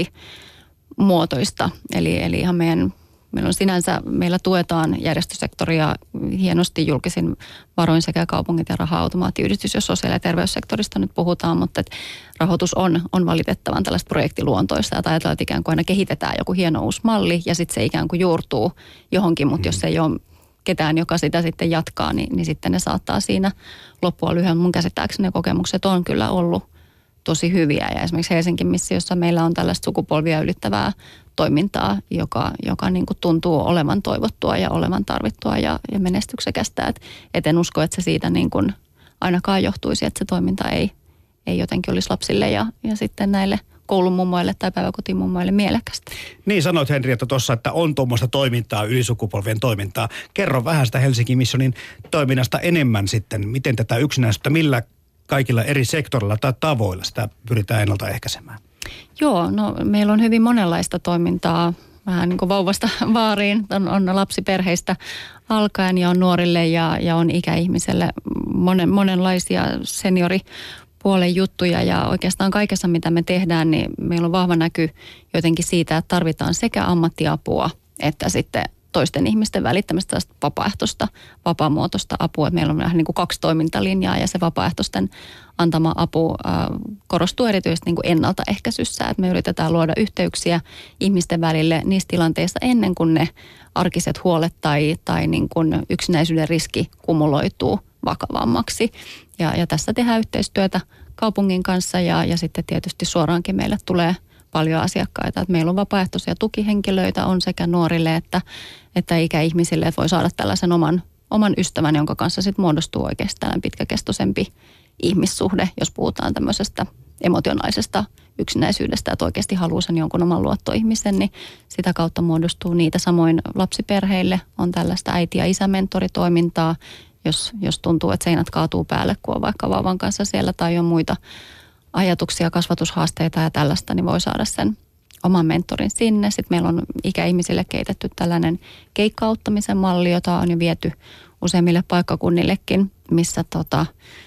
projektimuotoista. Eli, eli ihan meidän Meillä on sinänsä, meillä tuetaan järjestösektoria hienosti julkisin varoin sekä kaupungit ja raha-automaattiyhdistys, jos sosiaali- ja terveyssektorista nyt puhutaan, mutta että rahoitus on, on valitettavan tällaista projektiluontoista ja ajatellaan, että ikään kuin aina kehitetään joku hieno uusi malli ja sitten se ikään kuin juurtuu johonkin, mutta jos ei ole ketään, joka sitä sitten jatkaa, niin, niin sitten ne saattaa siinä loppua lyhyen. Mun käsittääkseni ne kokemukset on kyllä ollut tosi hyviä ja esimerkiksi Helsingin missiossa meillä on tällaista sukupolvia ylittävää toimintaa, joka, joka niin kuin tuntuu olevan toivottua ja olevan tarvittua ja, ja menestyksekästä. Et, et en usko, että se siitä niin kuin ainakaan johtuisi, että se toiminta ei, ei jotenkin olisi lapsille ja, ja sitten näille koulumummoille tai päiväkotimummoille mielekästä. Niin sanoit Henrietta tuossa, että on tuommoista toimintaa, ylisukupolvien toimintaa. Kerro vähän sitä Helsingin Missionin toiminnasta enemmän sitten. Miten tätä yksinäisyyttä, millä kaikilla eri sektorilla tai tavoilla sitä pyritään ennaltaehkäisemään? Joo, no meillä on hyvin monenlaista toimintaa, vähän niin kuin vauvasta vaariin, on, on lapsiperheistä alkaen ja on nuorille ja, ja on ikäihmiselle monen, monenlaisia senioripuolen juttuja ja oikeastaan kaikessa mitä me tehdään, niin meillä on vahva näky jotenkin siitä, että tarvitaan sekä ammattiapua että sitten toisten ihmisten välittämistä tästä vapaaehtoista, vapaamuotoista apua. Meillä on vähän niin kuin kaksi toimintalinjaa ja se vapaaehtoisten antama apu äh, korostuu erityisesti niin kuin ennaltaehkäisyssä. Että me yritetään luoda yhteyksiä ihmisten välille niissä tilanteissa ennen kuin ne arkiset huolet tai, tai niin kuin yksinäisyyden riski kumuloituu vakavammaksi. Ja, ja tässä tehdään yhteistyötä kaupungin kanssa ja, ja sitten tietysti suoraankin meille tulee paljon asiakkaita. Että meillä on vapaaehtoisia tukihenkilöitä on sekä nuorille että, että ikäihmisille, että voi saada tällaisen oman, oman ystävän, jonka kanssa sitten muodostuu oikeasti tällainen pitkäkestoisempi ihmissuhde, jos puhutaan tämmöisestä emotionaalisesta yksinäisyydestä, että oikeasti haluaa sen jonkun oman luottoihmisen, niin sitä kautta muodostuu niitä. Samoin lapsiperheille on tällaista äiti- ja isämentoritoimintaa, jos, jos tuntuu, että seinät kaatuu päälle, kun on vaikka vauvan kanssa siellä tai on muita ajatuksia, kasvatushaasteita ja tällaista, niin voi saada sen oman mentorin sinne. Sitten meillä on ikäihmisille keitetty tällainen keikka-auttamisen malli, jota on jo viety useimmille paikkakunnillekin, missä tota,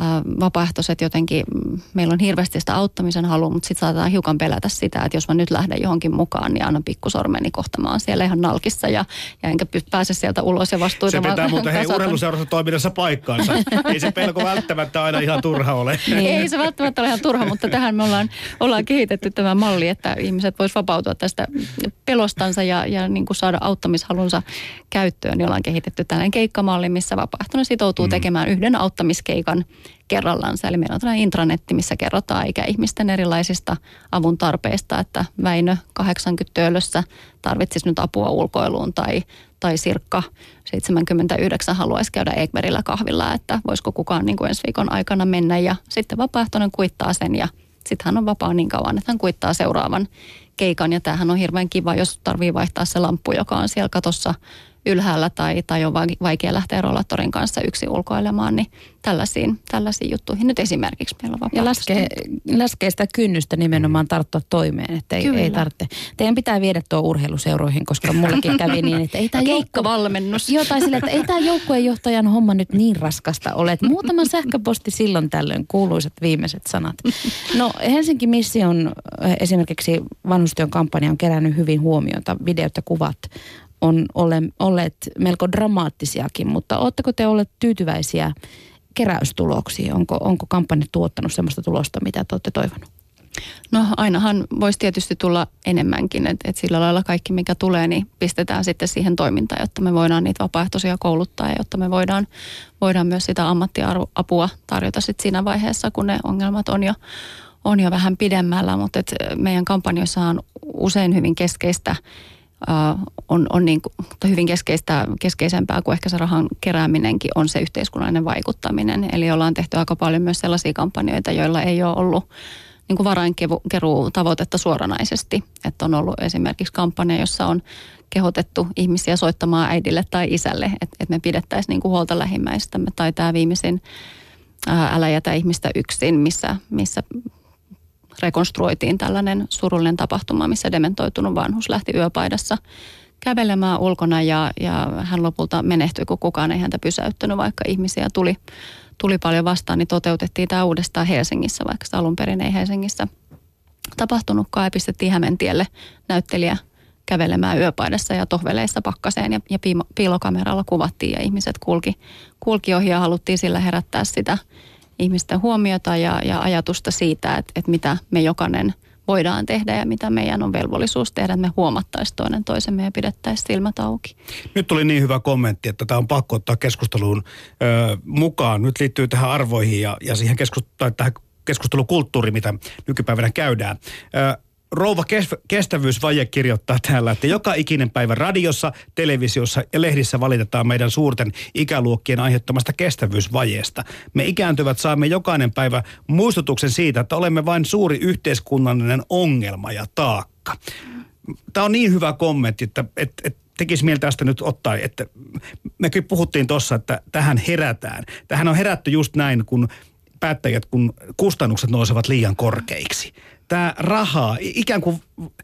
vapaaehtoiset jotenkin, meillä on hirveästi sitä auttamisen halua, mutta sitten saatetaan hiukan pelätä sitä, että jos mä nyt lähden johonkin mukaan, niin annan pikkusormeni kohta mä oon siellä ihan nalkissa ja, ja enkä pääse sieltä ulos ja vastuita. Se pitää muuten hei urheiluseurassa toiminnassa paikkaansa. Ei se pelko välttämättä aina ihan turha ole. Niin. Ei se välttämättä ole ihan turha, mutta tähän me ollaan, ollaan kehitetty tämä malli, että ihmiset vois vapautua tästä pelostansa ja, ja niin kuin saada auttamishalunsa käyttöön. Niin ollaan kehitetty tällainen keikkamalli, missä vapaaehtoinen sitoutuu mm. tekemään yhden auttamiskeikan kerrallansa. Eli meillä on tällainen intranetti, missä kerrotaan ikäihmisten erilaisista avun tarpeista, että Väinö kahdeksankymmentä töölössä tarvitsisi nyt apua ulkoiluun tai, tai Sirkka seitsemänkymmentäyhdeksän haluaisi käydä Ekberillä kahvilla, että voisiko kukaan niin kuin ensi viikon aikana mennä ja sitten vapaaehtoinen kuittaa sen ja sitten hän on vapaa niin kauan, että hän kuittaa seuraavan keikan ja tämähän on hirveän kiva, jos tarvii vaihtaa se lamppu, joka on siellä katossa ylhäällä tai, tai on vaikea lähteä rollaattorin kanssa yksin ulkoilemaan, niin tällaisiin, tällaisiin juttuihin nyt esimerkiksi meillä on vapaa. Ja laskee, laskee sitä kynnystä nimenomaan tarttua toimeen, että ei, ei tarvitse. Teidän pitää viedä tuo urheiluseuroihin, koska mullekin kävi niin, että ei tämä keikkavalmennus. Joo, tai sille, että ei tämä joukkueenjohtajan homma nyt niin raskasta ole. Että muutama sähköposti silloin tällöin, kuuluisat viimeiset sanat. No Helsinki Mission esimerkiksi vanhustyön kampanja on kerännyt hyvin huomiota, videot ja kuvat on ole, olleet melko dramaattisiakin, mutta ootteko te olleet tyytyväisiä keräystuloksiin? Onko, onko kampanja tuottanut sellaista tulosta, mitä te olette toivonut? No ainahan voisi tietysti tulla enemmänkin, että et sillä lailla kaikki mikä tulee, niin pistetään sitten siihen toimintaan, jotta me voidaan niitä vapaaehtoisia kouluttaa ja jotta me voidaan, voidaan myös sitä ammattiapua tarjota sitten siinä vaiheessa, kun ne ongelmat on jo, on jo vähän pidemmällä, mutta et meidän kampanjoissa on usein hyvin keskeistä, Uh, on, on niin kuin, hyvin keskeistä, keskeisempää kuin ehkä se rahan kerääminenkin on se yhteiskunnallinen vaikuttaminen. Eli ollaan tehty aika paljon myös sellaisia kampanjoita, joilla ei ole ollut niin kuin varainkeruu tavoitetta suoranaisesti. Että on ollut esimerkiksi kampanja, jossa on kehotettu ihmisiä soittamaan äidille tai isälle, että, että me pidettäisiin niin kuin huolta lähimmäistämme. Tai tämä viimeisin ää, Älä jätä ihmistä yksin, missä... missä rekonstruoitiin tällainen surullinen tapahtuma, missä dementoitunut vanhus lähti yöpaidassa kävelemään ulkona ja, ja hän lopulta menehtyi, kun kukaan ei häntä pysäyttänyt, vaikka ihmisiä tuli, tuli paljon vastaan, niin toteutettiin tämä uudestaan Helsingissä, vaikka se alun perin ei Helsingissä tapahtunutkaan ja pistettiin Hämeentielle näyttelijä kävelemään yöpaidassa ja tohveleissa pakkaseen ja, ja piilokameralla kuvattiin ja ihmiset kulki, kulki ohi ja haluttiin sillä herättää sitä ihmisten huomiota ja, ja ajatusta siitä, että, että mitä me jokainen voidaan tehdä ja mitä meidän on velvollisuus tehdä, että me huomattaisiin toinen toisemme ja pidettäisiin silmät auki. Nyt tuli niin hyvä kommentti, että tämä on pakko ottaa keskusteluun ö, mukaan. Nyt liittyy tähän arvoihin ja, ja siihen keskust- tähän keskustelukulttuuriin, mitä nykypäivänä käydään. Ö, Rouva Kestävyysvaje kirjoittaa täällä, että joka ikinen päivä radiossa, televisiossa ja lehdissä valitetaan meidän suurten ikäluokkien aiheuttamasta kestävyysvajeesta. Me ikääntyvät saamme jokainen päivä muistutuksen siitä, että olemme vain suuri yhteiskunnallinen ongelma ja taakka. Tämä on niin hyvä kommentti, että, että, että tekisi mieltä tästä nyt ottaa, että mekin puhuttiin tuossa, että tähän herätään. Tähän on herätty just näin, kun päättäjät, kun kustannukset nousevat liian korkeiksi. Tämä rahaa, ikään kuin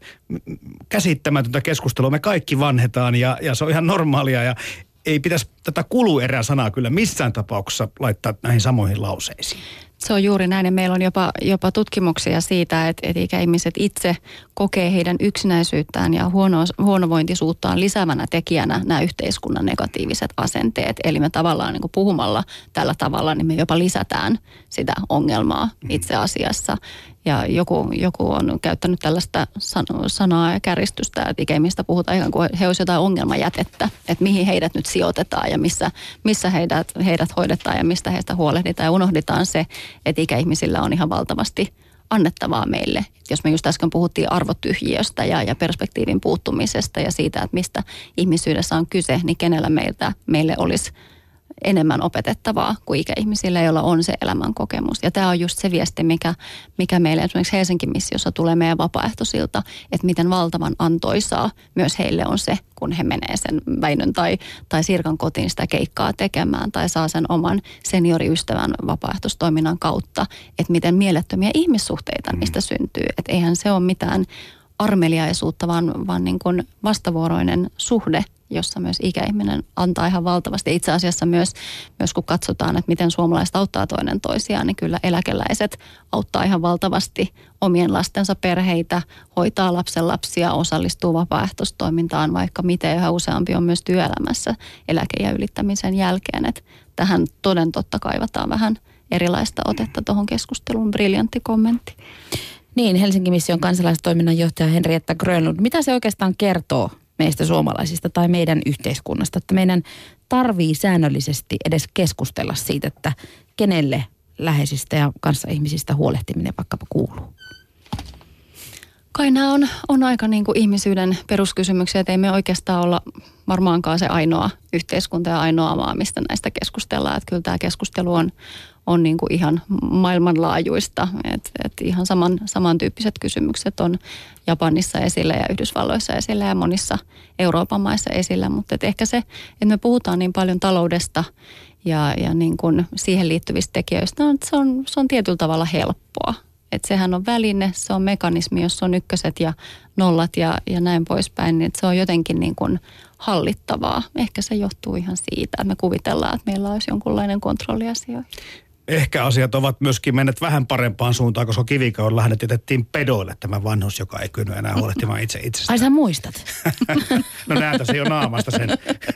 käsittämätöntä keskustelua, me kaikki vanhetaan ja, ja se on ihan normaalia ja ei pitäisi tätä kuluerä-sanaa kyllä missään tapauksessa laittaa näihin samoihin lauseisiin. Se on juuri näin ja meillä on jopa, jopa tutkimuksia siitä, että, että ikäihmiset itse kokee heidän yksinäisyyttään ja huono, huonovointisuuttaan lisäävänä tekijänä nämä yhteiskunnan negatiiviset asenteet. Eli me tavallaan niin kuin puhumalla tällä tavalla, niin me jopa lisätään sitä ongelmaa itse asiassa. Ja joku, joku on käyttänyt tällaista sanaa ja kärjistystä, että ikäihmistä puhutaan ihan kuin he olisivat jotain ongelmajätettä, että mihin heidät nyt sijoitetaan ja missä, missä heidät, heidät hoidetaan ja mistä heistä huolehditaan. Ja unohditaan se, että ikäihmisillä on ihan valtavasti annettavaa meille. Et jos me just äsken puhuttiin arvotyhjiöstä ja, ja perspektiivin puuttumisesta ja siitä, että mistä ihmisyydessä on kyse, niin kenellä meiltä, meille olisi enemmän opetettavaa kuin ikäihmisillä, joilla on se elämän kokemus. Ja tämä on just se viesti, mikä, mikä meille esimerkiksi Helsingin missiossa tulee meidän vapaaehtoisilta, että miten valtavan antoisaa myös heille on se, kun he menee sen Väinön tai, tai Sirkan kotiin sitä keikkaa tekemään tai saa sen oman senioriystävän vapaaehtoistoiminnan kautta, että miten mielettömiä ihmissuhteita niistä syntyy. Että eihän se ole mitään armeliaisuutta, vaan, vaan niin kuin vastavuoroinen suhde, jossa myös ikäihminen antaa ihan valtavasti. Itse asiassa myös, myös kun katsotaan, että miten suomalaiset auttaa toinen toisiaan, niin kyllä eläkeläiset auttaa ihan valtavasti omien lastensa perheitä, hoitaa lapsenlapsia, osallistuu vapaaehtoistoimintaan, vaikka miten yhä useampi on myös työelämässä eläkeiän ylittämisen jälkeen. Että tähän toden totta kaivataan vähän erilaista otetta tuohon keskusteluun. Briljantti kommentti. Niin, Helsingin mission kansalaistoiminnanjohtaja Henrietta Grönlund. Mitä se oikeastaan kertoo meistä suomalaisista tai meidän yhteiskunnasta, että meidän tarvii säännöllisesti edes keskustella siitä, että kenelle läheisistä ja kanssaihmisistä huolehtiminen vaikkapa kuuluu? Kai nämä on, on aika niin kuin ihmisyyden peruskysymyksiä, että ei me oikeastaan olla varmaankaan se ainoa yhteiskunta ja ainoa maa, mistä näistä keskustellaan. Että kyllä tämä keskustelu on, on niin kuin ihan maailmanlaajuista, että et ihan saman, samantyyppiset kysymykset on Japanissa esillä ja Yhdysvalloissa esillä ja monissa Euroopan maissa esillä, mutta et ehkä se, että me puhutaan niin paljon taloudesta ja, ja niin kuin siihen liittyvistä tekijöistä, no, se, on, se on tietyllä tavalla helppoa. Että sehän on väline, se on mekanismi, jossa on ykköset ja nollat ja, ja näin poispäin, niin se on jotenkin niin kuin hallittavaa. Ehkä se johtuu ihan siitä, että me kuvitellaan, että meillä olisi jonkunlainen kontrolli asioihin. Ehkä asiat ovat myöskin menneet vähän parempaan suuntaan, koska kivikaudella hänet jätettiin pedoille tämä vanhus, joka ei kyennyt enää huolehtimaan itse itsestään. Ai sä muistat? No näytä se jo naamasta sen.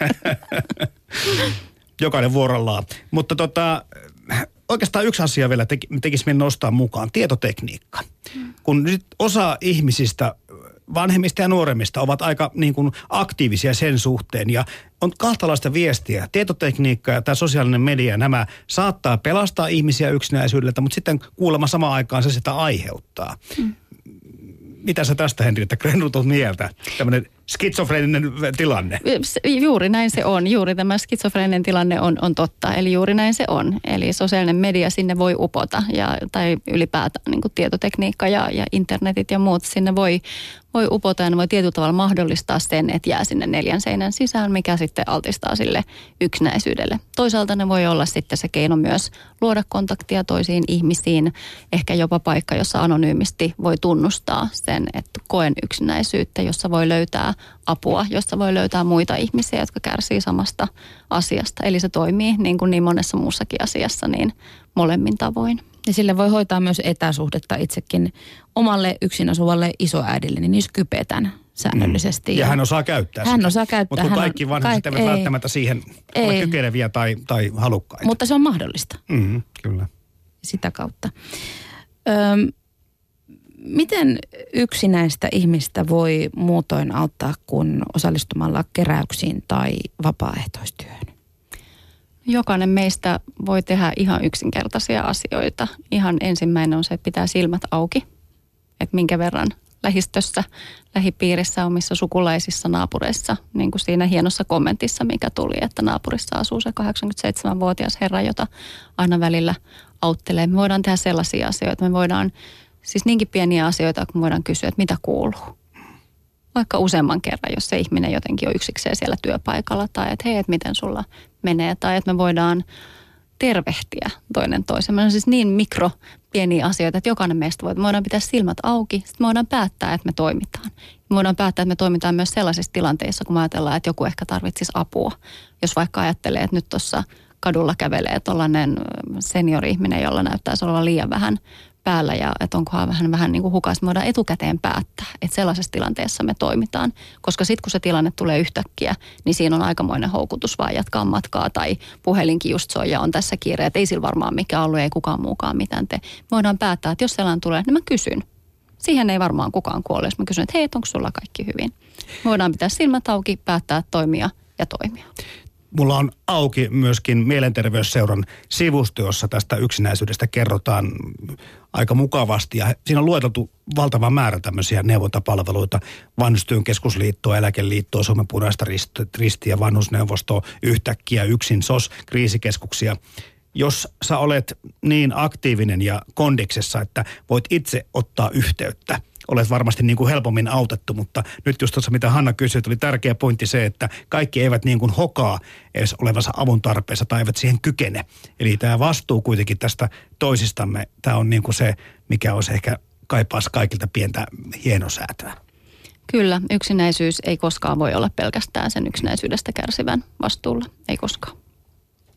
Jokainen vuorollaan. Mutta tota, oikeastaan yksi asia vielä teki, tekisi meidän nostaa mukaan, tietotekniikka. Kun nyt osa ihmisistä, vanhemmista ja nuoremmista, ovat aika niin kuin aktiivisia sen suhteen ja on kahtalaista viestiä. Tietotekniikka ja tämä sosiaalinen media, nämä saattaa pelastaa ihmisiä yksinäisyydeltä, mutta sitten kuulemma samaan aikaan se sitä aiheuttaa. Mm. Mitä sä tästä, Henrietta Grönlund, olet mieltä? Tämmöinen skitsofreeninen tilanne. Juuri näin se on. Juuri tämä skitsofreeninen tilanne on, on totta. Eli juuri näin se on. Eli sosiaalinen media sinne voi upota ja, tai ylipäätään niin kuin tietotekniikka ja, ja internetit ja muut sinne voi, voi upota ja ne voi tietyllä tavalla mahdollistaa sen, että jää sinne neljän seinän sisään, mikä sitten altistaa sille yksinäisyydelle. Toisaalta ne voi olla sitten se keino myös luoda kontaktia toisiin ihmisiin, ehkä jopa paikka, jossa anonyymisti voi tunnustaa sen, että koen yksinäisyyttä, jossa voi löytää apua, josta voi löytää muita ihmisiä, jotka kärsii samasta asiasta. Eli se toimii niin kuin niin monessa muussakin asiassa niin molemmin tavoin. Ja sille voi hoitaa myös etäsuhdetta itsekin omalle yksin asuvalle isoäidille, niin niissä kypetään säännöllisesti. Mm. Ja, ja hän osaa käyttää hän sitä. Osaa käyttää. Mutta kaikki vanhukset eivät välttämättä siihen ei. ole kykeneviä tai, tai halukkaita. Mutta se on mahdollista. Mm, kyllä. Sitä kautta. Öm, miten yksinäistä ihmistä voi muutoin auttaa kuin osallistumalla keräyksiin tai vapaaehtoistyöhön? Jokainen meistä voi tehdä ihan yksinkertaisia asioita. Ihan ensimmäinen on se, että pitää silmät auki, että minkä verran lähistössä, lähipiirissä, omissa sukulaisissa, naapureissa, niin kuin siinä hienossa kommentissa, mikä tuli, että naapurissa asuu se kahdeksankymmentäseitsemänvuotias herra, jota aina välillä auttelee. Me voidaan tehdä sellaisia asioita, me voidaan, siis niinkin pieniä asioita, kun me voidaan kysyä, että mitä kuuluu. Vaikka useamman kerran, jos se ihminen jotenkin on yksikseen siellä työpaikalla tai että hei, että miten sulla menee tai että me voidaan tervehtiä toinen toisen. Meillä on siis niin mikro pieniä asioita, että jokainen meistä voi, me voidaan pitää silmät auki, sitten me voidaan päättää, että me toimitaan. Me voidaan päättää, että me toimitaan myös sellaisissa tilanteissa, kun me ajatellaan, että joku ehkä tarvitsisi apua. Jos vaikka ajattelee, että nyt tuossa kadulla kävelee tuollainen seniori-ihminen, jolla näyttäisi olevan liian vähän päällä ja että onkohan vähän, vähän niin kuin hukas, me voidaan etukäteen päättää, että sellaisessa tilanteessa me toimitaan. Koska sitten kun se tilanne tulee yhtäkkiä, niin siinä on aikamoinen houkutus vaan jatkaa matkaa tai puhelinkin just soi ja on tässä kiire, että ei sillä varmaan mikä ollut, ei kukaan muukaan mitään tee. Me voidaan päättää, että jos sellainen tulee, niin mä kysyn. Siihen ei varmaan kukaan kuole, jos mä kysyn, että hei, onko sulla kaikki hyvin. Me voidaan pitää silmät auki, päättää toimia ja toimia. Mulla on auki myöskin Mielenterveysseuran sivusto, jossa tästä yksinäisyydestä kerrotaan aika mukavasti. Ja siinä on lueteltu valtava määrä tämmöisiä neuvontapalveluita. Vanhustyön keskusliittoa, eläkeliittoa, Suomen punaista ristiä, vanhusneuvostoa, yhtäkkiä yksin S O S-kriisikeskuksia. Jos sä olet niin aktiivinen ja kondiksessa, että voit itse ottaa yhteyttä, olet varmasti niin kuin helpommin autettu, mutta nyt just tuossa, mitä Hanna kysyi, tuli tärkeä pointti se, että kaikki eivät niin kuin hokaa edes olevansa avun tarpeessa tai eivät siihen kykene. Eli tämä vastuu kuitenkin tästä toisistamme, tämä on niin kuin se, mikä olisi ehkä kaipaisi kaikilta pientä hienosäätöä. Kyllä, yksinäisyys ei koskaan voi olla pelkästään sen yksinäisyydestä kärsivän vastuulla, ei koskaan.